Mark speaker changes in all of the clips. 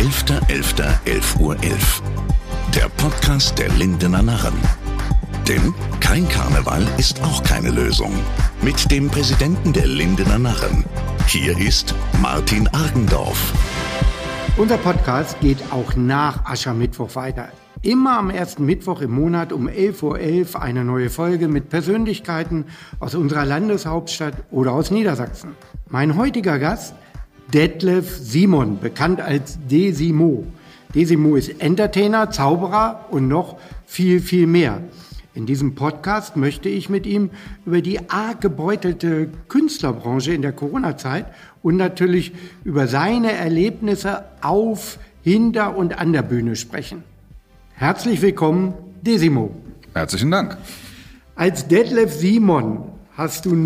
Speaker 1: 11.11.11 Uhr 11. Der Podcast der Lindener Narren. Denn kein Karneval ist auch keine Lösung. Mit dem Präsidenten der Lindener Narren. Hier ist Martin Argendorf.
Speaker 2: Unser Podcast geht auch nach Aschermittwoch weiter. Immer am ersten Mittwoch im Monat um 11.11 Uhr eine neue Folge mit Persönlichkeiten aus unserer Landeshauptstadt oder aus Niedersachsen. Mein heutiger Gast, Detlef Simon, bekannt als Desimo. Desimo ist Entertainer, Zauberer und noch viel, viel mehr. In diesem Podcast möchte ich mit ihm über die arg gebeutelte Künstlerbranche in der Corona-Zeit und natürlich über seine Erlebnisse auf, hinter und an der Bühne sprechen. Herzlich willkommen, Desimo.
Speaker 3: Herzlichen Dank.
Speaker 2: Als Detlef Simon hast du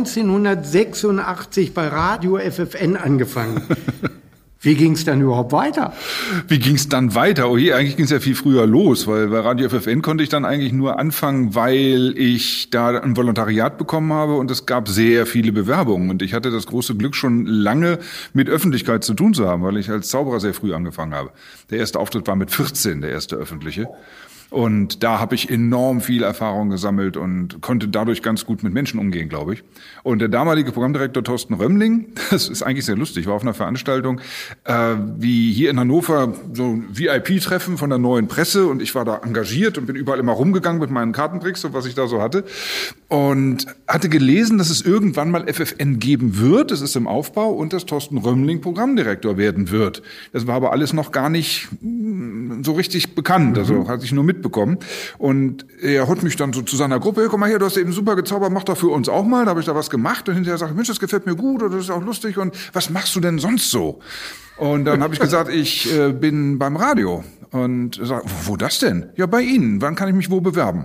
Speaker 2: 1986 bei Radio FFN angefangen. Wie ging es dann überhaupt weiter?
Speaker 3: Wie ging es dann weiter? Oh je, eigentlich ging es ja viel früher los, weil bei Radio FFN konnte ich dann eigentlich nur anfangen, weil ich da ein Volontariat bekommen habe und es gab sehr viele Bewerbungen. Und ich hatte das große Glück, schon lange mit Öffentlichkeit zu tun zu haben, weil ich als Zauberer sehr früh angefangen habe. Der erste Auftritt war mit 14, der erste öffentliche. Und da habe ich enorm viel Erfahrung gesammelt und konnte dadurch ganz gut mit Menschen umgehen, glaube ich. Und der damalige Programmdirektor Thorsten Römmling, das ist eigentlich sehr lustig, war auf einer Veranstaltung wie hier in Hannover, so ein VIP-Treffen von der Neuen Presse, und ich war da engagiert und bin überall immer rumgegangen mit meinen Kartentricks und was ich da so hatte, und hatte gelesen, dass es irgendwann mal FFN geben wird, es ist im Aufbau, und dass Thorsten Römmling Programmdirektor werden wird. Das war aber alles noch gar nicht so richtig bekannt, also hatte ich nur mitbekommen. Und er hat mich dann so zu seiner Gruppe, hey, komm mal her, du hast eben super gezaubert, mach doch für uns auch mal. Da habe ich da was gemacht und hinterher sagte ich, Mensch, das gefällt mir gut oder das ist auch lustig und was machst du denn sonst so? Und dann habe ich gesagt, ich bin beim Radio. Und er sagt, wo das denn? Ja, bei Ihnen. Wann kann ich mich wo bewerben?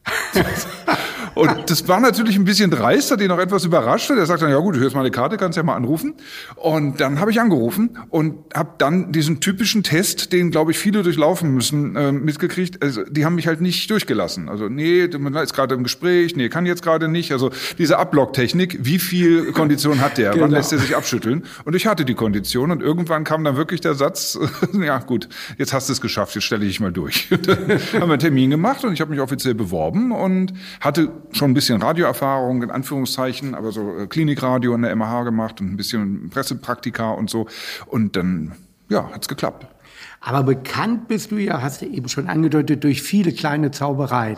Speaker 3: Und das war natürlich ein bisschen dreist, hat ihn noch etwas überrascht. Er sagt dann, ja gut, hier ist meine Karte, kannst ja mal anrufen. Und dann habe ich angerufen und habe dann diesen typischen Test, den, glaube ich, viele durchlaufen müssen, mitgekriegt. Also die haben mich halt nicht durchgelassen. Also nee, man ist gerade im Gespräch, nee, kann jetzt gerade nicht. Also diese Ablocktechnik, wie viel Kondition hat der? Genau. Wann lässt er sich abschütteln? Und ich hatte die Kondition und irgendwann kam dann wirklich der Satz, ja gut, jetzt hast du es geschafft, jetzt stelle ich dich mal durch. Dann haben wir einen Termin gemacht und ich habe mich offiziell beworben und hatte schon ein bisschen Radioerfahrung, in Anführungszeichen, aber so Klinikradio in der MH gemacht und ein bisschen Pressepraktika und so. Und dann, ja, hat's geklappt.
Speaker 2: Aber bekannt bist du ja, hast du eben schon angedeutet, durch viele kleine Zaubereien.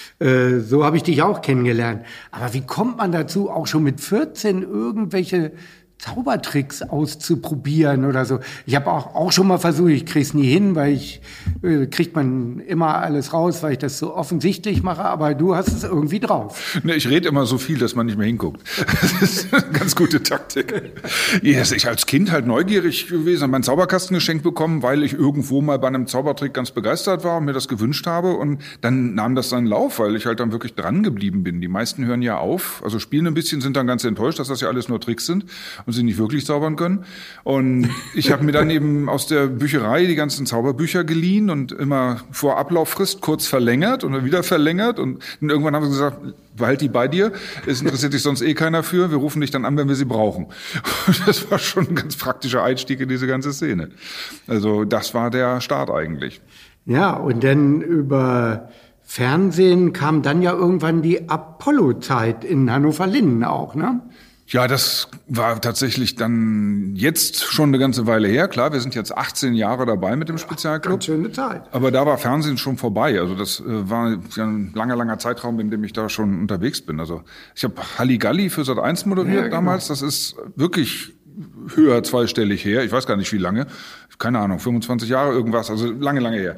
Speaker 2: So habe ich dich auch kennengelernt. Aber wie kommt man dazu, auch schon mit 14 irgendwelche Zaubertricks auszuprobieren oder so? Ich habe auch schon mal versucht, ich krieg's nie hin, weil kriegt man immer alles raus, weil ich das so offensichtlich mache, aber du hast es irgendwie drauf.
Speaker 3: Ne, ich rede immer so viel, dass man nicht mehr hinguckt. Das ist eine ganz gute Taktik. Yes, ich als Kind halt neugierig gewesen, habe meinen Zauberkasten geschenkt bekommen, weil ich irgendwo mal bei einem Zaubertrick ganz begeistert war und mir das gewünscht habe, und dann nahm das seinen Lauf, weil ich halt dann wirklich dran geblieben bin. Die meisten hören ja auf, also spielen ein bisschen, sind dann ganz enttäuscht, dass das ja alles nur Tricks sind und sie nicht wirklich zaubern können. Und ich habe mir dann eben aus der Bücherei die ganzen Zauberbücher geliehen und immer vor Ablauffrist kurz verlängert und dann wieder verlängert. Und irgendwann haben sie gesagt, behalt die bei dir, es interessiert dich sonst eh keiner für, wir rufen dich dann an, wenn wir sie brauchen. Und das war schon ein ganz praktischer Einstieg in diese ganze Szene. Also das war der Start eigentlich.
Speaker 2: Ja, und dann über Fernsehen kam dann ja irgendwann die Apollo-Zeit in Hannover-Linden auch, ne?
Speaker 3: Ja, das war tatsächlich dann jetzt schon eine ganze Weile her. Klar, wir sind jetzt 18 Jahre dabei mit dem Spezialclub.
Speaker 2: Ganz schöne Zeit.
Speaker 3: Aber da war Fernsehen schon vorbei. Also das war ja ein langer Zeitraum, in dem ich da schon unterwegs bin. Also ich habe Halligalli für Sat.1 moderiert, ja, damals. Das ist wirklich höher zweistellig her. Ich weiß gar nicht, wie lange. Keine Ahnung, 25 Jahre irgendwas. Also lange her.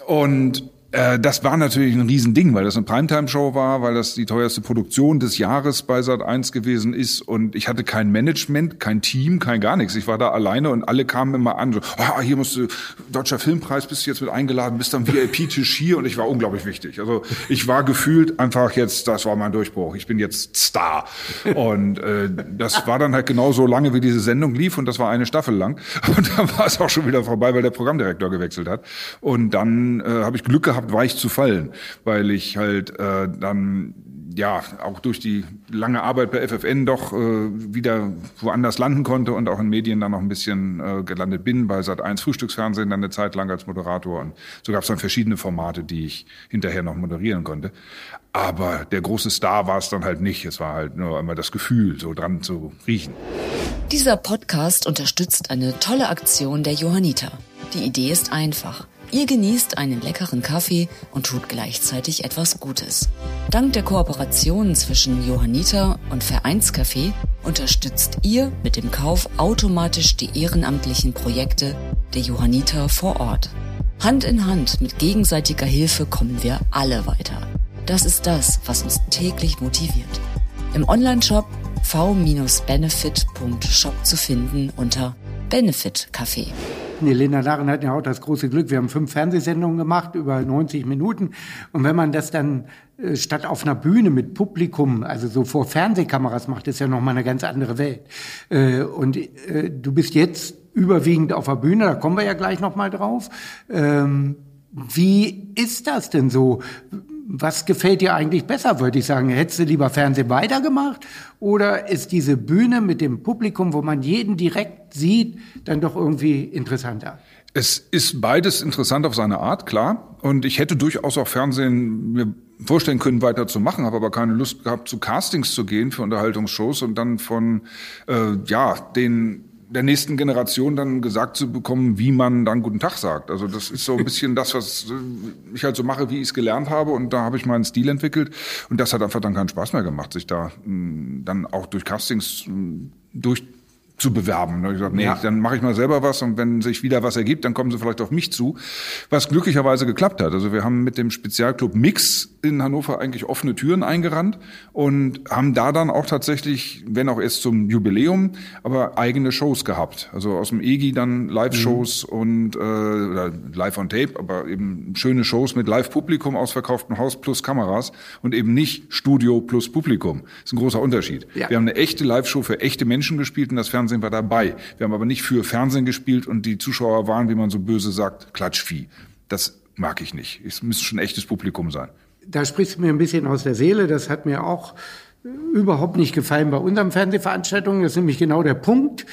Speaker 3: Und das war natürlich ein Riesending, weil das eine Primetime-Show war, weil das die teuerste Produktion des Jahres bei Sat.1 gewesen ist, und ich hatte kein Management, kein Team, kein gar nichts. Ich war da alleine und alle kamen immer an, so, hier musst du, Deutscher Filmpreis, bist du jetzt mit eingeladen, bist am VIP-Tisch hier, und ich war unglaublich wichtig. Also ich war gefühlt einfach jetzt, das war mein Durchbruch, ich bin jetzt Star. Und das war dann halt genau so lange, wie diese Sendung lief, und das war eine Staffel lang. Und dann war es auch schon wieder vorbei, weil der Programmdirektor gewechselt hat. Und dann habe ich Glück gehabt, weich zu fallen, weil ich halt dann auch durch die lange Arbeit bei FFN doch wieder woanders landen konnte und auch in Medien dann noch ein bisschen gelandet bin, bei Sat.1 Frühstücksfernsehen dann eine Zeit lang als Moderator. Und so gab es dann verschiedene Formate, die ich hinterher noch moderieren konnte. Aber der große Star war es dann halt nicht. Es war halt nur einmal das Gefühl, so dran zu riechen.
Speaker 4: Dieser Podcast unterstützt eine tolle Aktion der Johanniter. Die Idee ist einfach. Ihr genießt einen leckeren Kaffee und tut gleichzeitig etwas Gutes. Dank der Kooperation zwischen Johanniter und Vereinscafé unterstützt ihr mit dem Kauf automatisch die ehrenamtlichen Projekte der Johanniter vor Ort. Hand in Hand mit gegenseitiger Hilfe kommen wir alle weiter. Das ist das, was uns täglich motiviert. Im Onlineshop v-benefit.shop zu finden unter Benefit Café.
Speaker 2: Die Linda Narren hat ja auch das große Glück, wir haben 5 Fernsehsendungen gemacht, über 90 Minuten. Und wenn man das dann statt auf einer Bühne mit Publikum, also so vor Fernsehkameras macht, ist ja nochmal eine ganz andere Welt. Und du bist jetzt überwiegend auf der Bühne, da kommen wir ja gleich nochmal drauf. Wie ist das denn so? Was gefällt dir eigentlich besser, würde ich sagen? Hättest du lieber Fernsehen weitergemacht? Oder ist diese Bühne mit dem Publikum, wo man jeden direkt sieht, dann doch irgendwie interessanter?
Speaker 3: Es ist beides interessant auf seine Art, klar. Und ich hätte durchaus auch Fernsehen mir vorstellen können, weiterzumachen, habe aber keine Lust gehabt, zu Castings zu gehen für Unterhaltungsshows und dann von der nächsten Generation dann gesagt zu bekommen, wie man dann Guten Tag sagt. Also das ist so ein bisschen das, was ich halt so mache, wie ich es gelernt habe. Und da habe ich meinen Stil entwickelt. Und das hat einfach dann keinen Spaß mehr gemacht, sich da dann auch durch Castings zu bewerben. Da habe ich gesagt, nee, dann mache ich mal selber was und wenn sich wieder was ergibt, dann kommen sie vielleicht auf mich zu, was glücklicherweise geklappt hat. Also wir haben mit dem Spezialclub Mix in Hannover eigentlich offene Türen eingerannt und haben da dann auch tatsächlich, wenn auch erst zum Jubiläum, aber eigene Shows gehabt. Also aus dem EGI dann Live-Shows und oder Live on Tape, aber eben schöne Shows mit Live-Publikum, ausverkauftem Haus plus Kameras und eben nicht Studio plus Publikum. Das ist ein großer Unterschied. Ja. Wir haben eine echte Live-Show für echte Menschen gespielt und das Fernsehen war dabei. Wir haben aber nicht für Fernsehen gespielt und die Zuschauer waren, wie man so böse sagt, Klatschvieh. Das mag ich nicht. Es müsste schon echtes Publikum sein.
Speaker 2: Da sprichst du mir ein bisschen aus der Seele. Das hat mir auch überhaupt nicht gefallen bei unseren Fernsehveranstaltungen. Das ist nämlich genau der Punkt.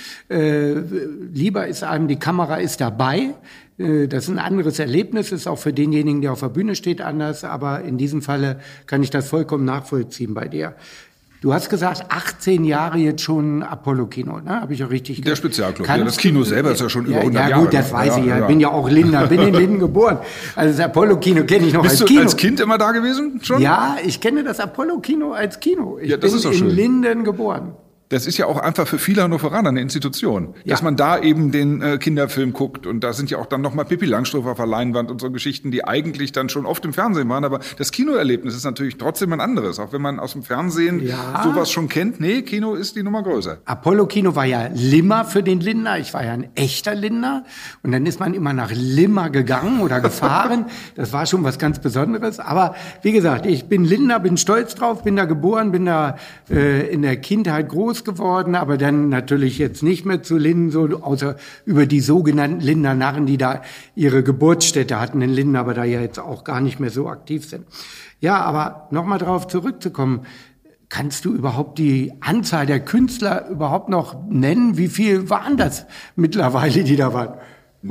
Speaker 2: Lieber ist einem, die Kamera ist dabei. Das ist ein anderes Erlebnis, ist auch für denjenigen, der auf der Bühne steht, anders. Aber in diesem Falle kann ich das vollkommen nachvollziehen bei dir. Du hast gesagt, 18 Jahre jetzt schon Apollo-Kino, ne? Habe ich auch richtig
Speaker 3: gesagt? Der Spezialclub. Ja, das Kino selber ist ja schon über 100 Jahre.
Speaker 2: Ja gut, das weiß ich ja. Bin ja auch Linder, bin in Linden geboren. Also das Apollo-Kino kenne ich noch als Kino.
Speaker 3: Bist du als Kind immer da gewesen schon?
Speaker 2: Ja, ich kenne das Apollo-Kino als Kino. Ich bin in Linden geboren.
Speaker 3: Das ist ja auch einfach für viele Hannoveraner eine Institution, dass man da eben den Kinderfilm guckt und da sind ja auch dann nochmal Pippi Langstrumpf auf der Leinwand und so Geschichten, die eigentlich dann schon oft im Fernsehen waren, aber das Kinoerlebnis ist natürlich trotzdem ein anderes, auch wenn man aus dem Fernsehen sowas schon kennt. Nee, Kino ist die Nummer größer.
Speaker 2: Apollo-Kino war ja Limmer für den Linder, ich war ja ein echter Linder und dann ist man immer nach Limmer gegangen oder gefahren, das war schon was ganz Besonderes, aber wie gesagt, ich bin Linder, bin stolz drauf, bin da geboren, bin da in der Kindheit groß geworden, aber dann natürlich jetzt nicht mehr zu Linden, so außer über die sogenannten Lindener Narren, die da ihre Geburtsstätte hatten in Linden, aber da ja jetzt auch gar nicht mehr so aktiv sind. Ja, aber nochmal drauf zurückzukommen, kannst du überhaupt die Anzahl der Künstler überhaupt noch nennen? Wie viel waren das mittlerweile, die da waren?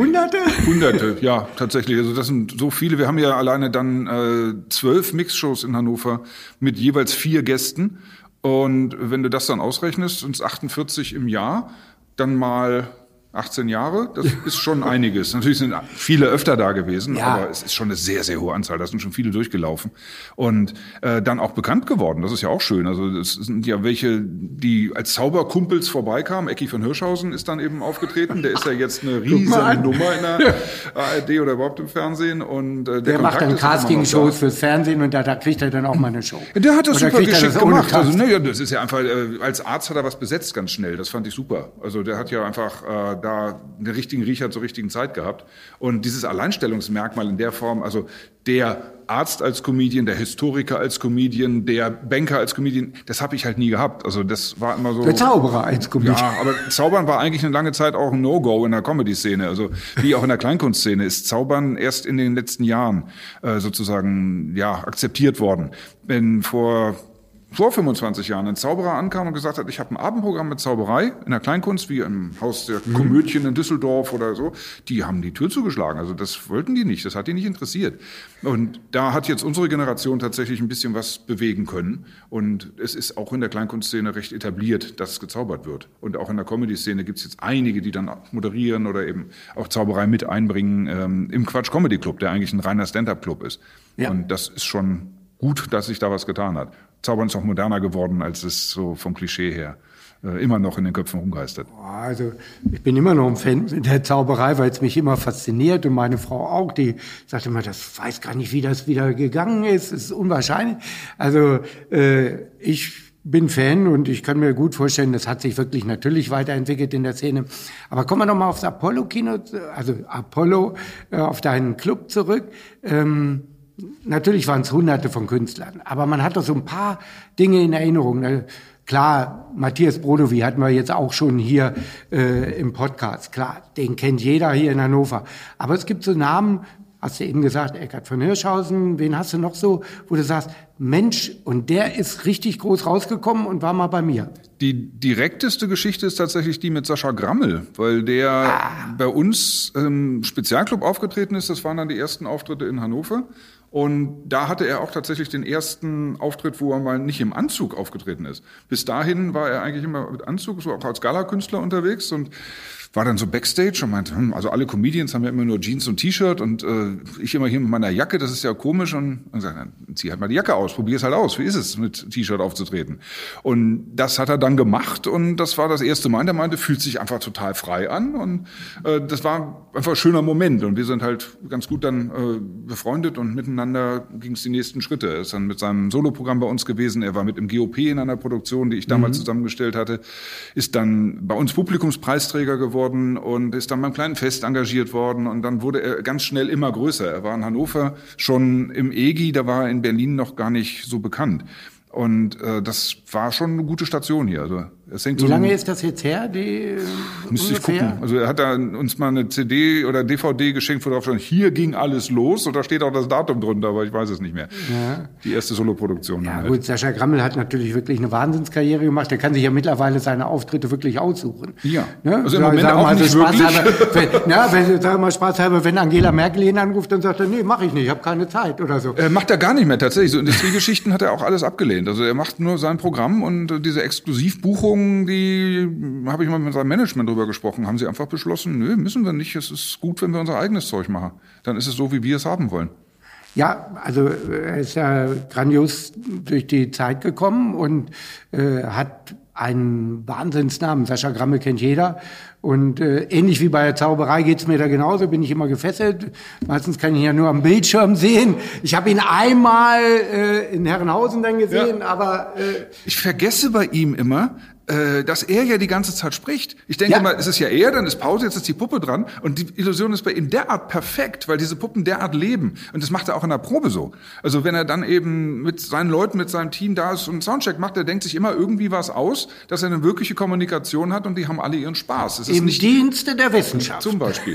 Speaker 2: Hunderte,
Speaker 3: ja, tatsächlich. Also das sind so viele. Wir haben ja alleine dann 12 Mixshows in Hannover mit jeweils 4 Gästen. Und wenn du das dann ausrechnest, sind es 48 im Jahr, dann mal 18 Jahre, das ist schon einiges. Natürlich sind viele öfter da gewesen, aber es ist schon eine sehr, sehr hohe Anzahl. Da sind schon viele durchgelaufen und dann auch bekannt geworden. Das ist ja auch schön. Also es sind ja welche, die als Zauberkumpels vorbeikamen. Ecki von Hirschhausen ist dann eben aufgetreten. Der ist ja jetzt eine riesen Nummer in der ARD oder überhaupt im Fernsehen. Und
Speaker 2: der macht dann Casting-Shows fürs Fernsehen und da kriegt er dann auch mal eine Show.
Speaker 3: Der hat das super geschickt gemacht. Also das ist ja einfach, als Arzt hat er was besetzt ganz schnell. Das fand ich super. Also der hat ja einfach da den richtigen Riecher zur richtigen Zeit gehabt. Und dieses Alleinstellungsmerkmal in der Form, also der Arzt als Comedian, der Historiker als Comedian, der Banker als Comedian, das habe ich halt nie gehabt. Also das war immer so...
Speaker 2: Der Zauberer als Comedian.
Speaker 3: Ja, aber Zaubern war eigentlich eine lange Zeit auch ein No-Go in der Comedy-Szene. Also wie auch in der Kleinkunstszene ist Zaubern erst in den letzten Jahren sozusagen akzeptiert worden. Wenn vor vor 25 Jahren ein Zauberer ankam und gesagt hat, ich habe ein Abendprogramm mit Zauberei in der Kleinkunst, wie im Haus der Komödien in Düsseldorf oder so, die haben die Tür zugeschlagen. Also das wollten die nicht, das hat die nicht interessiert. Und da hat jetzt unsere Generation tatsächlich ein bisschen was bewegen können. Und es ist auch in der Kleinkunstszene recht etabliert, dass gezaubert wird. Und auch in der Comedy-Szene gibt es jetzt einige, die dann moderieren oder eben auch Zauberei mit einbringen im Quatsch Comedy Club, der eigentlich ein reiner Stand-up-Club ist. Ja. Und das ist schon gut, dass sich da was getan hat. Zaubern ist auch moderner geworden, als es so vom Klischee her immer noch in den Köpfen rumgeistert.
Speaker 2: Also ich bin immer noch ein Fan der Zauberei, weil es mich immer fasziniert und meine Frau auch, die sagt immer, das weiß gar nicht, wie das wieder gegangen ist, es ist unwahrscheinlich. Also ich bin Fan und ich kann mir gut vorstellen, das hat sich wirklich natürlich weiterentwickelt in der Szene. Aber kommen wir noch mal aufs Apollo-Kino, also Apollo, auf deinen Club zurück. Natürlich waren es Hunderte von Künstlern, aber man hat doch so ein paar Dinge in Erinnerung. Klar, Matthias Brodowy hatten wir jetzt auch schon hier im Podcast. Klar, den kennt jeder hier in Hannover. Aber es gibt so Namen, hast du eben gesagt, Eckhard von Hirschhausen, wen hast du noch so, wo du sagst, Mensch, und der ist richtig groß rausgekommen und war mal bei mir.
Speaker 3: Die direkteste Geschichte ist tatsächlich die mit Sascha Grammel, weil der bei uns im Spezialclub aufgetreten ist. Das waren dann die ersten Auftritte in Hannover. Und da hatte er auch tatsächlich den ersten Auftritt, wo er mal nicht im Anzug aufgetreten ist. Bis dahin war er eigentlich immer mit Anzug, so auch als Galakünstler unterwegs und war dann so Backstage und meinte, also alle Comedians haben ja immer nur Jeans und T-Shirt und ich immer hier mit meiner Jacke, das ist ja komisch. Und gesagt, dann zieh halt mal die Jacke aus, probier's halt aus. Wie ist es, mit T-Shirt aufzutreten? Und das hat er dann gemacht und das war das erste Mal. Und er meinte, fühlt sich einfach total frei an und das war einfach ein schöner Moment. Und wir sind halt ganz gut dann befreundet und miteinander ging es die nächsten Schritte. Er ist dann mit seinem Soloprogramm bei uns gewesen. Er war mit im GOP in einer Produktion, die ich damals zusammengestellt hatte. Ist dann bei uns Publikumspreisträger geworden und ist dann beim kleinen Fest engagiert worden und dann wurde er ganz schnell immer größer. Er war in Hannover schon im EGI, da war er in Berlin noch gar nicht so bekannt. Und das war schon eine gute Station hier. Also es hängt
Speaker 2: Wie lange ist das jetzt her?
Speaker 3: Müsste ich gucken. Also er hat da uns mal eine CD oder DVD geschenkt, wo drauf stand, hier ging alles los. Und da steht auch das Datum drunter, aber ich weiß es nicht mehr. Ja. Die erste Soloproduktion.
Speaker 2: Ja gut, Sascha Grammel hat natürlich wirklich eine Wahnsinnskarriere gemacht. Der kann sich ja mittlerweile seine Auftritte wirklich aussuchen.
Speaker 3: Ja,
Speaker 2: ne?
Speaker 3: Also im Moment auch nicht
Speaker 2: wirklich. Sag mal spaßhalber, wenn Angela Merkel ihn anruft, dann sagt er, nee, mach ich nicht, ich habe keine Zeit oder so.
Speaker 3: Macht er gar nicht mehr tatsächlich. So Industriegeschichten hat er auch alles abgelehnt. Also er macht nur sein Programm und diese Exklusivbuchungen, die habe ich mal mit seinem Management drüber gesprochen, haben sie einfach beschlossen, nö, müssen wir nicht, es ist gut, wenn wir unser eigenes Zeug machen. Dann ist es so, wie wir es haben wollen.
Speaker 2: Ja, also er ist ja grandios durch die Zeit gekommen und hat einen Wahnsinnsnamen. Sascha Grammel kennt jeder. Und ähnlich wie bei der Zauberei geht's mir da genauso, bin ich immer gefesselt. Meistens kann ich ihn ja nur am Bildschirm sehen. Ich habe ihn einmal in Herrenhausen dann gesehen, aber...
Speaker 3: Ich vergesse bei ihm immer, dass er ja die ganze Zeit spricht. Ich denke mal, es ist ja er, dann ist Pause, jetzt ist die Puppe dran. Und die Illusion ist bei ihm derart perfekt, weil diese Puppen derart leben. Und das macht er auch in der Probe so. Also wenn er dann eben mit seinen Leuten, mit seinem Team da ist und einen Soundcheck macht, der denkt sich immer irgendwie was aus, dass er eine wirkliche Kommunikation hat und die haben alle ihren Spaß.
Speaker 2: Im Dienste der Wissenschaft.
Speaker 3: Zum Beispiel.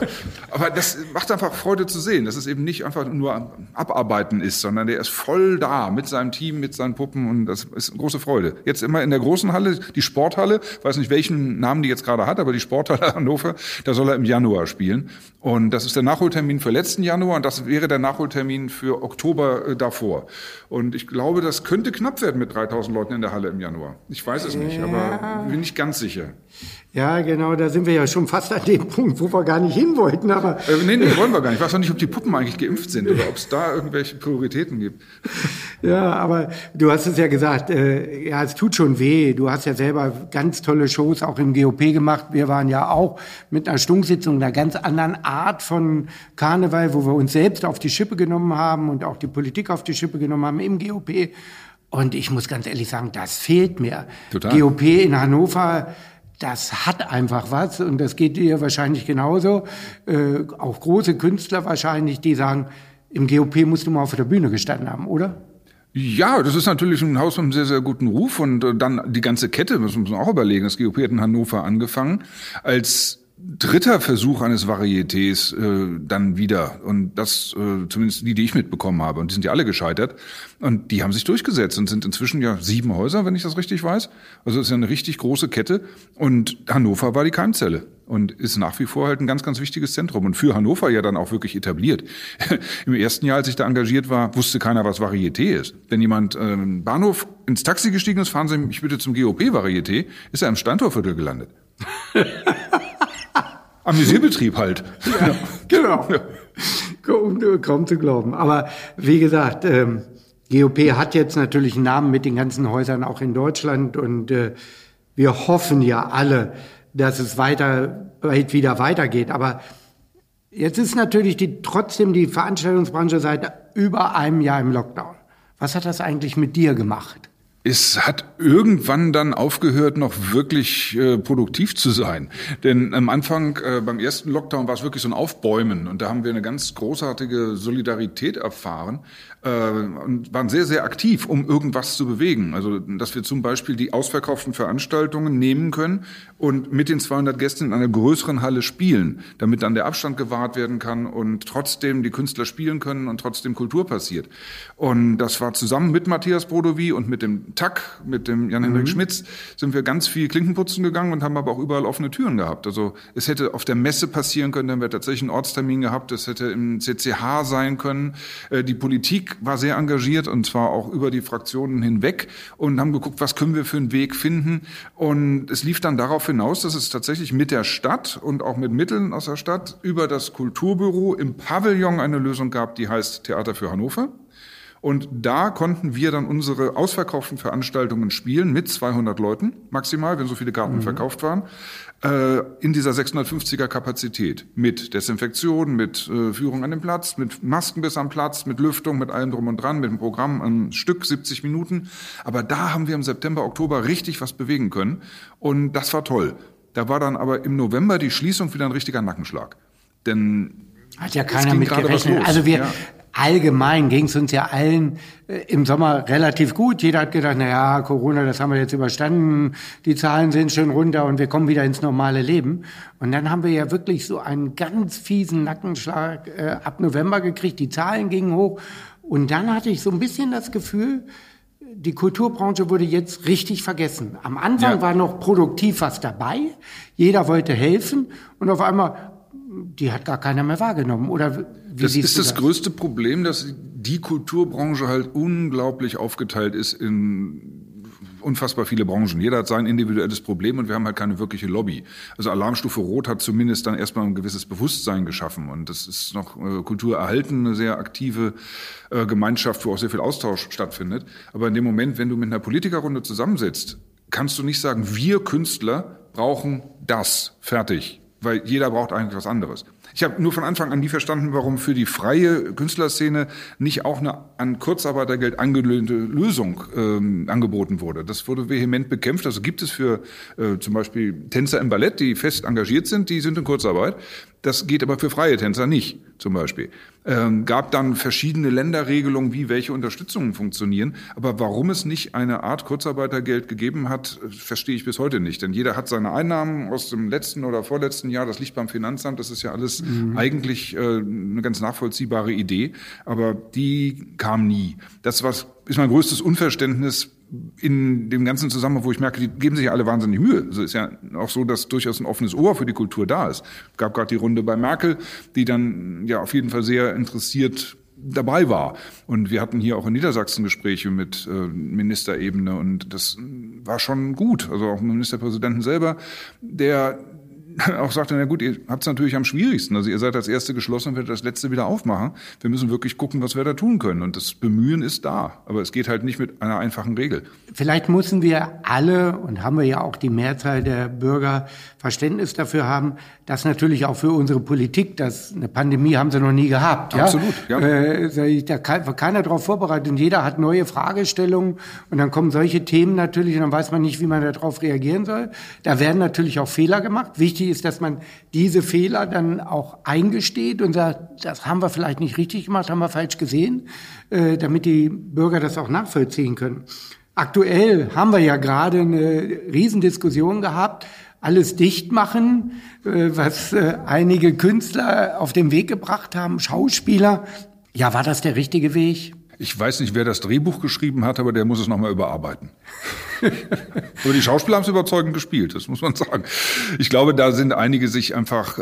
Speaker 3: Aber das macht einfach Freude zu sehen, dass es eben nicht einfach nur Abarbeiten ist, sondern der ist voll da mit seinem Team, mit seinen Puppen und das ist eine große Freude. Jetzt immer in der großen Halle, die Sporthalle, weiß nicht, welchen Namen die jetzt gerade hat, aber die Sporthalle Hannover, da soll er im Januar spielen. Und das ist der Nachholtermin für letzten Januar und das wäre der Nachholtermin für Oktober davor. Und ich glaube, das könnte knapp werden mit 3000 Leuten in der Halle im Januar. Ich weiß es nicht, aber bin nicht ganz sicher.
Speaker 2: Ja, genau, da sind wir ja schon fast an dem Punkt, wo wir gar nicht hin wollten, aber...
Speaker 3: Nee, wollen wir gar nicht. Ich weiß auch nicht, ob die Puppen eigentlich geimpft sind oder ob es da irgendwelche Prioritäten gibt.
Speaker 2: Ja, aber du hast es ja gesagt, ja, es tut schon weh. Du hast ja selber ganz tolle Shows auch im GOP gemacht. Wir waren ja auch mit einer Stunksitzung einer ganz anderen Art von Karneval, wo wir uns selbst auf die Schippe genommen haben und auch die Politik auf die Schippe genommen haben im GOP. Und ich muss ganz ehrlich sagen, das fehlt mir. Total. GOP in Hannover... Das hat einfach was und das geht dir wahrscheinlich genauso. Auch große Künstler wahrscheinlich, die sagen, im GOP musst du mal auf der Bühne gestanden haben, oder?
Speaker 3: Ja, das ist natürlich ein Haus mit einem sehr, sehr guten Ruf und dann die ganze Kette, das muss man auch überlegen. Das GOP hat in Hannover angefangen als dritter Versuch eines Varietés dann wieder. Und das zumindest die ich mitbekommen habe. Und die sind ja alle gescheitert. Und die haben sich durchgesetzt und sind inzwischen ja 7 Häuser, wenn ich das richtig weiß. Also es ist ja eine richtig große Kette. Und Hannover war die Keimzelle und ist nach wie vor halt ein ganz, ganz wichtiges Zentrum. Und für Hannover ja dann auch wirklich etabliert. Im ersten Jahr, als ich da engagiert war, wusste keiner, was Varieté ist. Wenn jemand im Bahnhof ins Taxi gestiegen ist, fahren Sie mich bitte zum GOP-Varieté, ist er im Steintorviertel gelandet. Amüsierbetrieb halt.
Speaker 2: Ja, genau. Ja. Kaum zu glauben. Aber wie gesagt, GOP hat jetzt natürlich einen Namen mit den ganzen Häusern auch in Deutschland und wir hoffen ja alle, dass es bald wieder weitergeht. Aber jetzt ist natürlich trotzdem die Veranstaltungsbranche seit über einem Jahr im Lockdown. Was hat das eigentlich mit dir gemacht?
Speaker 3: Es hat irgendwann dann aufgehört, noch wirklich produktiv zu sein. Denn am Anfang, beim ersten Lockdown, war es wirklich so ein Aufbäumen. Und da haben wir eine ganz großartige Solidarität erfahren und waren sehr, sehr aktiv, um irgendwas zu bewegen. Also, dass wir zum Beispiel die ausverkauften Veranstaltungen nehmen können und mit den 200 Gästen in einer größeren Halle spielen, damit dann der Abstand gewahrt werden kann und trotzdem die Künstler spielen können und trotzdem Kultur passiert. Und das war zusammen mit Matthias Brodowy und mit dem TAC, mit dem Jan-Henrik Schmitz, sind wir ganz viel Klinkenputzen gegangen und haben aber auch überall offene Türen gehabt. Also es hätte auf der Messe passieren können, dann haben wir tatsächlich einen Ortstermin gehabt, es hätte im CCH sein können. Die Politik war sehr engagiert und zwar auch über die Fraktionen hinweg und haben geguckt, was können wir für einen Weg finden. Und es lief dann darauf hinaus, dass es tatsächlich mit der Stadt und auch mit Mitteln aus der Stadt über das Kulturbüro im Pavillon eine Lösung gab, die heißt Theater für Hannover. Und da konnten wir dann unsere ausverkauften Veranstaltungen spielen mit 200 Leuten maximal, wenn so viele Karten verkauft waren, in dieser 650er Kapazität. Mit Desinfektion, mit Führung an dem Platz, mit Masken bis am Platz, mit Lüftung, mit allem drum und dran, mit dem Programm am Stück, 70 Minuten. Aber da haben wir im September, Oktober richtig was bewegen können. Und das war toll. Da war dann aber im November die Schließung wieder ein richtiger Nackenschlag. Denn
Speaker 2: hat ja keiner mit gerechnet. Also allgemein ging es uns ja allen im Sommer relativ gut. Jeder hat gedacht, naja, Corona, das haben wir jetzt überstanden, die Zahlen sind schön runter und wir kommen wieder ins normale Leben. Und dann haben wir ja wirklich so einen ganz fiesen Nackenschlag ab November gekriegt, die Zahlen gingen hoch. Und dann hatte ich so ein bisschen das Gefühl, die Kulturbranche wurde jetzt richtig vergessen. Am Anfang war noch produktiv was dabei, jeder wollte helfen und auf einmal die hat gar keiner mehr wahrgenommen. Oder wie
Speaker 3: das
Speaker 2: siehst
Speaker 3: ist
Speaker 2: du
Speaker 3: das größte Problem, dass die Kulturbranche halt unglaublich aufgeteilt ist in unfassbar viele Branchen. Jeder hat sein individuelles Problem und wir haben halt keine wirkliche Lobby. Also Alarmstufe Rot hat zumindest dann erstmal ein gewisses Bewusstsein geschaffen und das ist noch Kultur erhalten, eine sehr aktive Gemeinschaft, wo auch sehr viel Austausch stattfindet. Aber in dem Moment, wenn du mit einer Politikerrunde zusammensitzt, kannst du nicht sagen, wir Künstler brauchen das, fertig. Weil jeder braucht eigentlich was anderes. Ich habe nur von Anfang an nie verstanden, warum für die freie Künstlerszene nicht auch eine an Kurzarbeitergeld angelehnte Lösung angeboten wurde. Das wurde vehement bekämpft. Also gibt es für zum Beispiel Tänzer im Ballett, die fest engagiert sind, die sind in Kurzarbeit. Das geht aber für freie Tänzer nicht, zum Beispiel. Gab dann verschiedene Länderregelungen, wie welche Unterstützungen funktionieren. Aber warum es nicht eine Art Kurzarbeitergeld gegeben hat, verstehe ich bis heute nicht. Denn jeder hat seine Einnahmen aus dem letzten oder vorletzten Jahr. Das liegt beim Finanzamt. Das ist ja alles eigentlich eine ganz nachvollziehbare Idee. Aber die kam nie. Das ist mein größtes Unverständnis in dem ganzen Zusammenhang, wo ich merke, die geben sich ja alle wahnsinnig Mühe. Also ist ja auch so, dass durchaus ein offenes Ohr für die Kultur da ist. Es gab gerade die Runde bei Merkel, die dann ja auf jeden Fall sehr interessiert dabei war. Und wir hatten hier auch in Niedersachsen Gespräche mit Ministerebene und das war schon gut. Also auch mit dem Ministerpräsidenten selber, der auch sagte, na gut, ihr habt es natürlich am schwierigsten. Also ihr seid als Erste geschlossen und werdet das Letzte wieder aufmachen. Wir müssen wirklich gucken, was wir da tun können. Und das Bemühen ist da. Aber es geht halt nicht mit einer einfachen Regel.
Speaker 2: Vielleicht müssen wir alle, und haben wir ja auch die Mehrzahl der Bürger, Verständnis dafür haben, dass natürlich auch für unsere Politik, dass eine Pandemie haben sie noch nie gehabt.
Speaker 3: Absolut, ja.
Speaker 2: Da war keiner darauf vorbereitet. Und jeder hat neue Fragestellungen. Und dann kommen solche Themen natürlich, und dann weiß man nicht, wie man darauf reagieren soll. Da werden natürlich auch Fehler gemacht. Wichtig ist, dass man diese Fehler dann auch eingesteht und sagt, das haben wir vielleicht nicht richtig gemacht, haben wir falsch gesehen, damit die Bürger das auch nachvollziehen können. Aktuell haben wir ja gerade eine Riesendiskussion gehabt, alles dicht machen, was einige Künstler auf den Weg gebracht haben, Schauspieler. Ja, war das der richtige Weg?
Speaker 3: Ich weiß nicht, wer das Drehbuch geschrieben hat, aber der muss es nochmal überarbeiten. Aber die Schauspieler haben es überzeugend gespielt, das muss man sagen. Ich glaube, da sind einige sich einfach,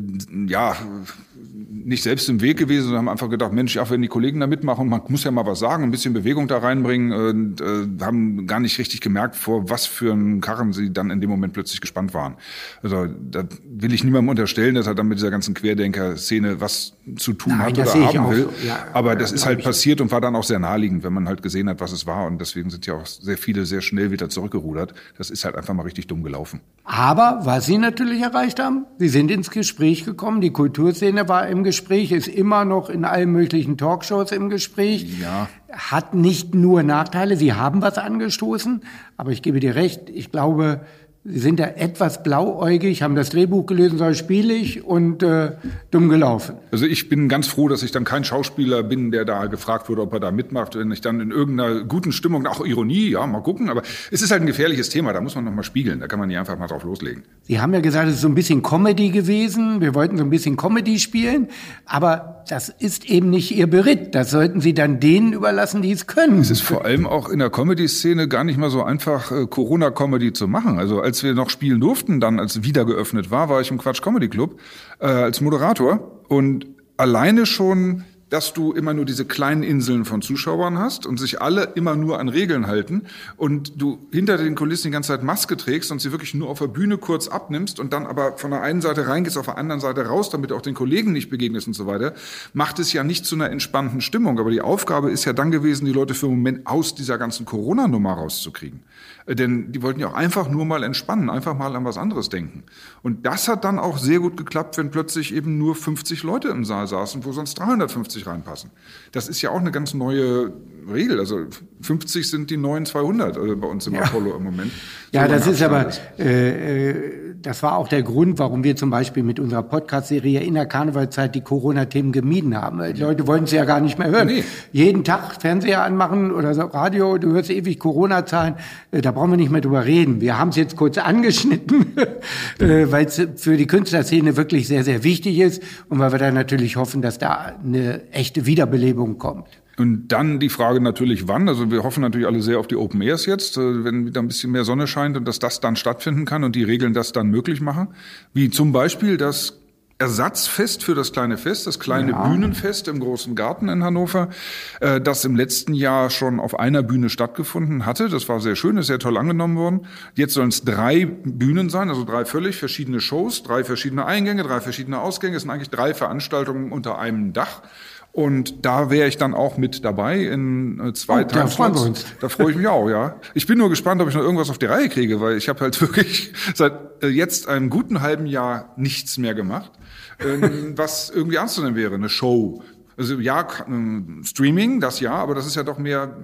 Speaker 3: nicht selbst im Weg gewesen, sondern haben einfach gedacht, Mensch, auch wenn die Kollegen da mitmachen, man muss ja mal was sagen, ein bisschen Bewegung da reinbringen, und haben gar nicht richtig gemerkt, vor was für einen Karren sie dann in dem Moment plötzlich gespannt waren. Also da will ich niemandem unterstellen, dass er dann mit dieser ganzen Querdenker-Szene was zu tun hat oder haben will. So. Ja, aber das ist halt passiert und war dann auch sehr naheliegend, wenn man halt gesehen hat, was es war. Und deswegen sind ja auch sehr viele sehr schnell wieder zurückgerudert. Das ist halt einfach mal richtig dumm gelaufen.
Speaker 2: Aber was sie natürlich erreicht haben, sie sind ins Gespräch gekommen, die Kulturszene war im Gespräch, ist immer noch in allen möglichen Talkshows im Gespräch, hat nicht nur Nachteile, sie haben was angestoßen, aber ich gebe dir recht, ich glaube, sie sind da etwas blauäugig, haben das Drehbuch gelesen, so spielig und dumm gelaufen.
Speaker 3: Also ich bin ganz froh, dass ich dann kein Schauspieler bin, der da gefragt wurde, ob er da mitmacht. Wenn ich dann in irgendeiner guten Stimmung, auch Ironie, ja, mal gucken. Aber es ist halt ein gefährliches Thema, da muss man noch mal spiegeln. Da kann man nicht einfach mal drauf loslegen.
Speaker 2: Sie haben ja gesagt, es ist so ein bisschen Comedy gewesen. Wir wollten so ein bisschen Comedy spielen. Aber das ist eben nicht Ihr Beritt. Das sollten Sie dann denen überlassen, die es können.
Speaker 3: Es ist vor allem auch in der Comedy-Szene gar nicht mal so einfach, Corona-Comedy zu machen. Also als wir noch spielen durften, dann als wieder geöffnet war ich im Quatsch Comedy Club als Moderator. Und alleine schon, dass du immer nur diese kleinen Inseln von Zuschauern hast und sich alle immer nur an Regeln halten und du hinter den Kulissen die ganze Zeit Maske trägst und sie wirklich nur auf der Bühne kurz abnimmst und dann aber von der einen Seite reingehst, auf der anderen Seite raus, damit du auch den Kollegen nicht begegnest und so weiter, macht es ja nicht zu einer entspannten Stimmung. Aber die Aufgabe ist ja dann gewesen, die Leute für einen Moment aus dieser ganzen Corona-Nummer rauszukriegen. Denn die wollten ja auch einfach nur mal entspannen, einfach mal an was anderes denken. Und das hat dann auch sehr gut geklappt, wenn plötzlich eben nur 50 Leute im Saal saßen, wo sonst 350 reinpassen. Das ist ja auch eine ganz neue Regel. Also 50 sind die neuen 200 bei uns im Apollo im Moment.
Speaker 2: Ja, das ist aber, das war auch der Grund, warum wir zum Beispiel mit unserer Podcast-Serie in der Karnevalzeit die Corona-Themen gemieden haben. Die Leute wollten sie ja gar nicht mehr hören. Nee. Jeden Tag Fernseher anmachen oder so Radio, du hörst ewig Corona-Zahlen, da brauchen wir nicht mehr drüber reden. Wir haben es jetzt kurz angeschnitten, weil es für die Künstlerszene wirklich sehr, sehr wichtig ist und weil wir dann natürlich hoffen, dass da eine echte Wiederbelebung kommt.
Speaker 3: Und dann die Frage natürlich, wann. Also wir hoffen natürlich alle sehr auf die Open Airs jetzt, wenn wieder ein bisschen mehr Sonne scheint und dass das dann stattfinden kann und die Regeln das dann möglich machen. Wie zum Beispiel das Ersatzfest für das kleine Fest, das kleine Bühnenfest im Großen Garten in Hannover, das im letzten Jahr schon auf einer Bühne stattgefunden hatte. Das war sehr schön, ist sehr toll angenommen worden. Jetzt sollen es 3 Bühnen sein, also 3 völlig verschiedene Shows, 3 verschiedene Eingänge, 3 verschiedene Ausgänge. Es sind eigentlich 3 Veranstaltungen unter einem Dach. Und da wäre ich dann auch mit dabei in 2 Tagen. Da freue ich mich auch, ja. Ich bin nur gespannt, ob ich noch irgendwas auf die Reihe kriege, weil ich habe halt wirklich seit jetzt einem guten halben Jahr nichts mehr gemacht, was irgendwie ernst zu nehmen wäre, eine Show. Also ja, Streaming, das ja, aber das ist ja doch mehr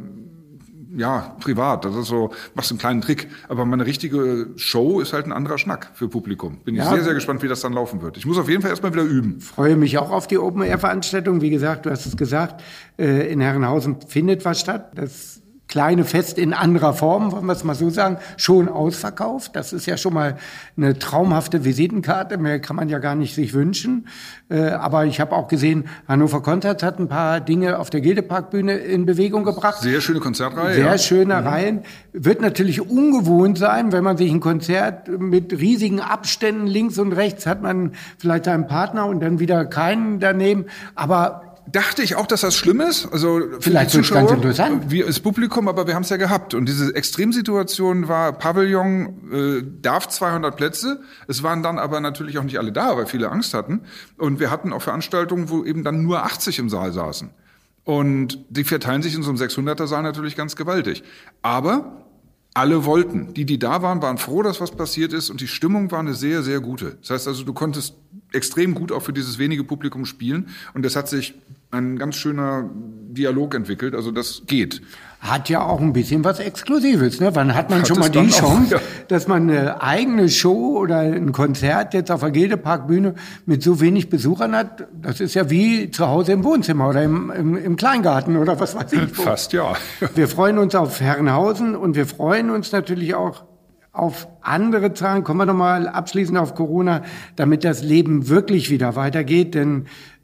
Speaker 3: privat. Das ist so, machst einen kleinen Trick. Aber meine richtige Show ist halt ein anderer Schnack für Publikum. Bin ich sehr, sehr gespannt, wie das dann laufen wird. Ich muss auf jeden Fall erstmal wieder üben.
Speaker 2: Freue mich auch auf die Open-Air-Veranstaltung. Wie gesagt, du hast es gesagt, in Herrenhausen findet was statt. Das kleine Fest in anderer Form, wollen wir es mal so sagen, schon ausverkauft. Das ist ja schon mal eine traumhafte Visitenkarte. Mehr kann man ja gar nicht sich wünschen. Aber ich habe auch gesehen, Hannover Concerts hat ein paar Dinge auf der Gildeparkbühne in Bewegung gebracht.
Speaker 3: Sehr schöne Konzertreihe.
Speaker 2: Sehr schöne Reihen. Wird natürlich ungewohnt sein, wenn man sich ein Konzert mit riesigen Abständen links und rechts hat man vielleicht einen Partner und dann wieder keinen daneben. Aber
Speaker 3: dachte ich auch, dass das schlimm ist. Also
Speaker 2: vielleicht wird es ganz interessant.
Speaker 3: Wir als Publikum, aber wir haben es ja gehabt. Und diese Extremsituation war, Pavillon darf 200 Plätze. Es waren dann aber natürlich auch nicht alle da, weil viele Angst hatten. Und wir hatten auch Veranstaltungen, wo eben dann nur 80 im Saal saßen. Und die verteilen sich in so einem 600er-Saal natürlich ganz gewaltig. Aber alle wollten. Die da waren, waren froh, dass was passiert ist. Und die Stimmung war eine sehr, sehr gute. Das heißt also, du konntest extrem gut auch für dieses wenige Publikum spielen. Und es hat sich ein ganz schöner Dialog entwickelt. Also das geht.
Speaker 2: Hat ja auch ein bisschen was Exklusives, ne? Wann hat man schon mal die Chance, dass man eine eigene Show oder ein Konzert jetzt auf der Gildeparkbühne mit so wenig Besuchern hat? Das ist ja wie zu Hause im Wohnzimmer oder im Kleingarten oder was weiß ich.
Speaker 3: Fast, ja.
Speaker 2: Wir freuen uns auf Herrenhausen und wir freuen uns natürlich auch auf andere Zahlen. Kommen wir noch mal abschließend auf Corona, damit das Leben wirklich wieder weitergeht. Denn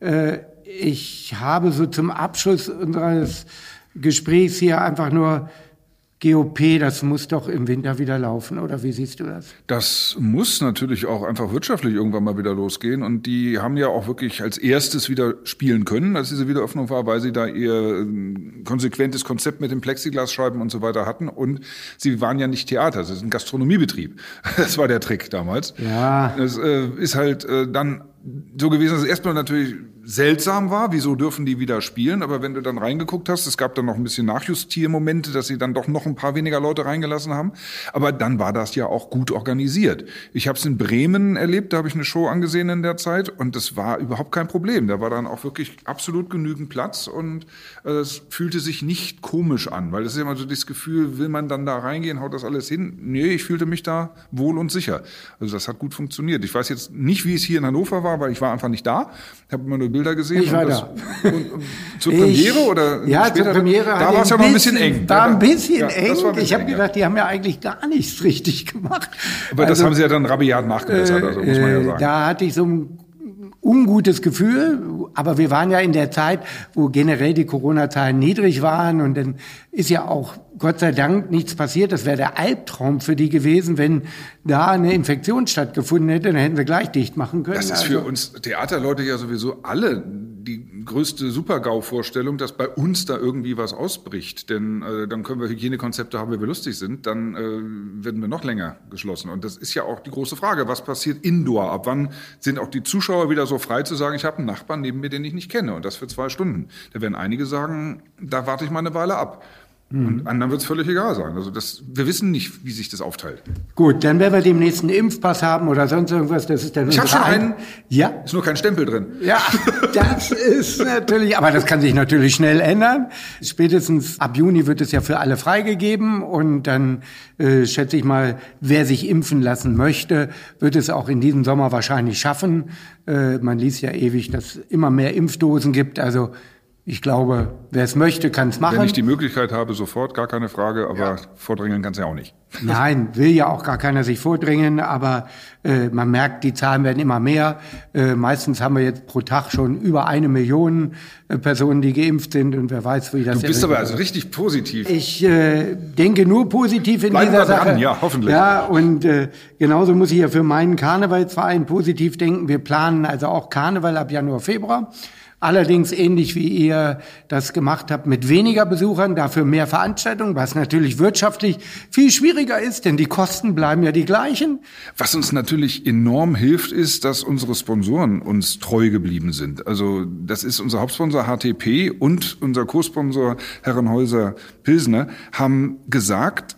Speaker 2: ich habe so zum Abschluss unseres Gesprächs hier einfach nur GOP, das muss doch im Winter wieder laufen, oder wie siehst du das?
Speaker 3: Das muss natürlich auch einfach wirtschaftlich irgendwann mal wieder losgehen. Und die haben ja auch wirklich als erstes wieder spielen können, als diese Wiederöffnung war, weil sie da ihr konsequentes Konzept mit den Plexiglasscheiben und so weiter hatten. Und sie waren ja nicht Theater, das ist ein Gastronomiebetrieb. Das war der Trick damals.
Speaker 2: Ja.
Speaker 3: Das ist halt dann so gewesen, dass es erstmal natürlich seltsam war, wieso dürfen die wieder spielen, aber wenn du dann reingeguckt hast, es gab dann noch ein bisschen Nachjustiermomente, dass sie dann doch noch ein paar weniger Leute reingelassen haben, aber dann war das ja auch gut organisiert. Ich habe es in Bremen erlebt, da habe ich eine Show angesehen in der Zeit und das war überhaupt kein Problem, da war dann auch wirklich absolut genügend Platz und es fühlte sich nicht komisch an, weil das ist ja immer so das Gefühl, will man dann da reingehen, haut das alles hin? Nee, ich fühlte mich da wohl und sicher. Also das hat gut funktioniert. Ich weiß jetzt nicht, wie es hier in Hannover war, weil ich war einfach nicht da. Ich habe immer nur Bilder gesehen.
Speaker 2: Ich war da.
Speaker 3: Und zur Premiere oder
Speaker 2: ja,
Speaker 3: später?
Speaker 2: Zur Premiere.
Speaker 3: Da war es ja noch ein bisschen eng.
Speaker 2: War ein bisschen eng.
Speaker 3: Ich
Speaker 2: habe gedacht, die haben ja eigentlich gar nichts richtig gemacht.
Speaker 3: Aber das haben sie ja dann rabiat nachgebessert, also muss man ja sagen.
Speaker 2: Da hatte ich so ein ungutes Gefühl, aber wir waren ja in der Zeit, wo generell die Corona-Zahlen niedrig waren und dann ist ja auch Gott sei Dank nichts passiert. Das wäre der Albtraum für die gewesen, wenn da eine Infektion stattgefunden hätte, dann hätten wir gleich dicht machen können.
Speaker 3: Das ist für uns Theaterleute ja sowieso alle die größte Super-GAU-Vorstellung, dass bei uns da irgendwie was ausbricht. Denn dann können wir Hygienekonzepte haben, wenn wir lustig sind, dann werden wir noch länger geschlossen. Und das ist ja auch die große Frage, was passiert indoor? Ab wann sind auch die Zuschauer wieder so frei zu sagen, ich habe einen Nachbarn neben mir, den ich nicht kenne und das für 2 Stunden? Da werden einige sagen, da warte ich mal eine Weile ab. Und anderen wird es völlig egal sein. Also wir wissen nicht, wie sich das aufteilt.
Speaker 2: Gut, dann werden wir demnächst einen Impfpass haben oder sonst irgendwas. Das ist dann
Speaker 3: ich habe schon einen.
Speaker 2: Ja.
Speaker 3: Ist nur kein Stempel drin.
Speaker 2: Ja, das ist natürlich, aber das kann sich natürlich schnell ändern. Spätestens ab Juni wird es ja für alle freigegeben und dann schätze ich mal, wer sich impfen lassen möchte, wird es auch in diesem Sommer wahrscheinlich schaffen. Man liest ja ewig, dass es immer mehr Impfdosen gibt. Also ich glaube, wer es möchte, kann es machen.
Speaker 3: Wenn ich die Möglichkeit habe, sofort, gar keine Frage, aber vordrängeln kann es ja auch nicht.
Speaker 2: Nein, will ja auch gar keiner sich vordrängeln, aber man merkt, die Zahlen werden immer mehr. Meistens haben wir jetzt pro Tag schon über 1 Million Personen, die geimpft sind und wer weiß, wie das ist.
Speaker 3: Du bist aber also richtig positiv.
Speaker 2: Ich denke nur positiv in
Speaker 3: Bleiben
Speaker 2: dieser
Speaker 3: wir dran,
Speaker 2: Sache.
Speaker 3: ja, hoffentlich.
Speaker 2: Ja, und genauso muss ich ja für meinen Karnevalsverein positiv denken. Wir planen also auch Karneval ab Januar, Februar. Allerdings ähnlich wie ihr das gemacht habt, mit weniger Besuchern, dafür mehr Veranstaltungen, was natürlich wirtschaftlich viel schwieriger ist, denn die Kosten bleiben ja die gleichen.
Speaker 3: Was uns natürlich enorm hilft, ist, dass unsere Sponsoren uns treu geblieben sind. Also das ist unser Hauptsponsor HTP und unser Co-Sponsor Herrenhäuser Pilsner haben gesagt,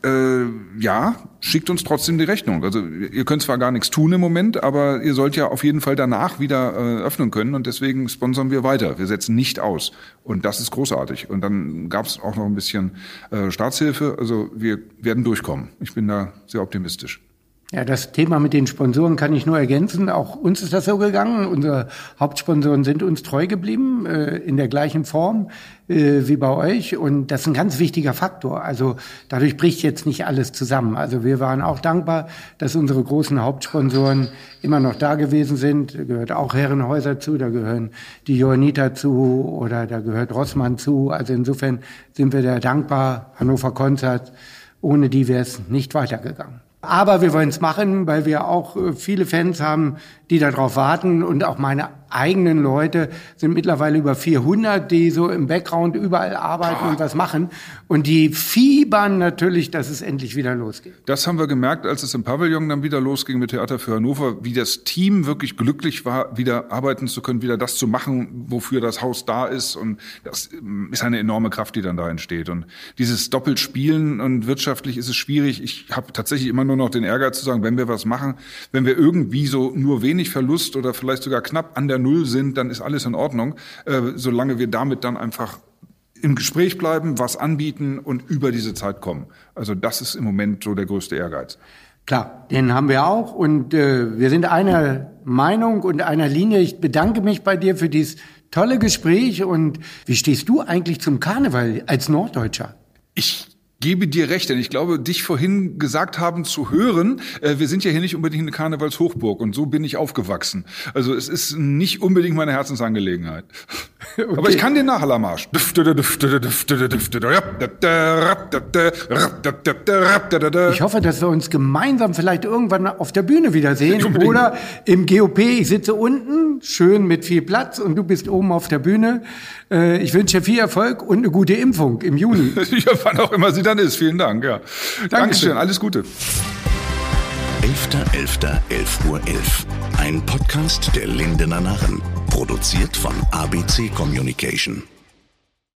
Speaker 3: ja, schickt uns trotzdem die Rechnung. Also ihr könnt zwar gar nichts tun im Moment, aber ihr sollt ja auf jeden Fall danach wieder öffnen können und deswegen sponsern wir weiter. Wir setzen nicht aus und das ist großartig. Und dann gab es auch noch ein bisschen Staatshilfe. Also wir werden durchkommen. Ich bin da sehr optimistisch.
Speaker 2: Ja, das Thema mit den Sponsoren kann ich nur ergänzen. Auch uns ist das so gegangen. Unsere Hauptsponsoren sind uns treu geblieben, in der gleichen Form wie bei euch. Und das ist ein ganz wichtiger Faktor. Also dadurch bricht jetzt nicht alles zusammen. Also wir waren auch dankbar, dass unsere großen Hauptsponsoren immer noch da gewesen sind. Da gehört auch Herrenhäuser zu, da gehören die Johanniter zu oder da gehört Rossmann zu. Also insofern sind wir da dankbar. Hannover Konzert, ohne die wäre es nicht weitergegangen. Aber wir wollen es machen, weil wir auch viele Fans haben, die darauf warten. Und auch meine eigenen Leute sind mittlerweile über 400, die so im Background überall arbeiten und was machen. Und die fiebern natürlich, dass es endlich wieder losgeht.
Speaker 3: Das haben wir gemerkt, als es im Pavillon dann wieder losging mit Theater für Hannover, wie das Team wirklich glücklich war, wieder arbeiten zu können, wieder das zu machen, wofür das Haus da ist. Und das ist eine enorme Kraft, die dann da entsteht. Und dieses Doppelspielen und wirtschaftlich ist es schwierig. Ich habe tatsächlich immer nur noch den Ehrgeiz zu sagen, wenn wir was machen, wenn wir irgendwie so nur wenig Verlust oder vielleicht sogar knapp an der Null sind, dann ist alles in Ordnung, solange wir damit dann einfach im Gespräch bleiben, was anbieten und über diese Zeit kommen. Also das ist im Moment so der größte Ehrgeiz.
Speaker 2: Klar, den haben wir auch und wir sind einer Meinung und einer Linie. Ich bedanke mich bei dir für dieses tolle Gespräch und wie stehst du eigentlich zum Karneval als Norddeutscher?
Speaker 3: Ich gebe dir recht, denn ich glaube, dich vorhin gesagt haben zu hören, wir sind ja hier nicht unbedingt eine Karnevalshochburg und so bin ich aufgewachsen. Also es ist nicht unbedingt meine Herzensangelegenheit. Okay. Aber ich kann den Nachhallermarsch.
Speaker 2: Ich hoffe, dass wir uns gemeinsam vielleicht irgendwann auf der Bühne wiedersehen oder im GOP. Ich sitze unten, schön mit viel Platz und du bist oben auf der Bühne. Ich wünsche dir viel Erfolg und eine gute Impfung im Juni.
Speaker 3: Ja, wann auch immer sie dann ist. Vielen Dank. Ja. Dankeschön. Alles Gute.
Speaker 1: 11.11.11 Uhr 11. Ein Podcast der Lindener Narren. Produziert von ABC Communication.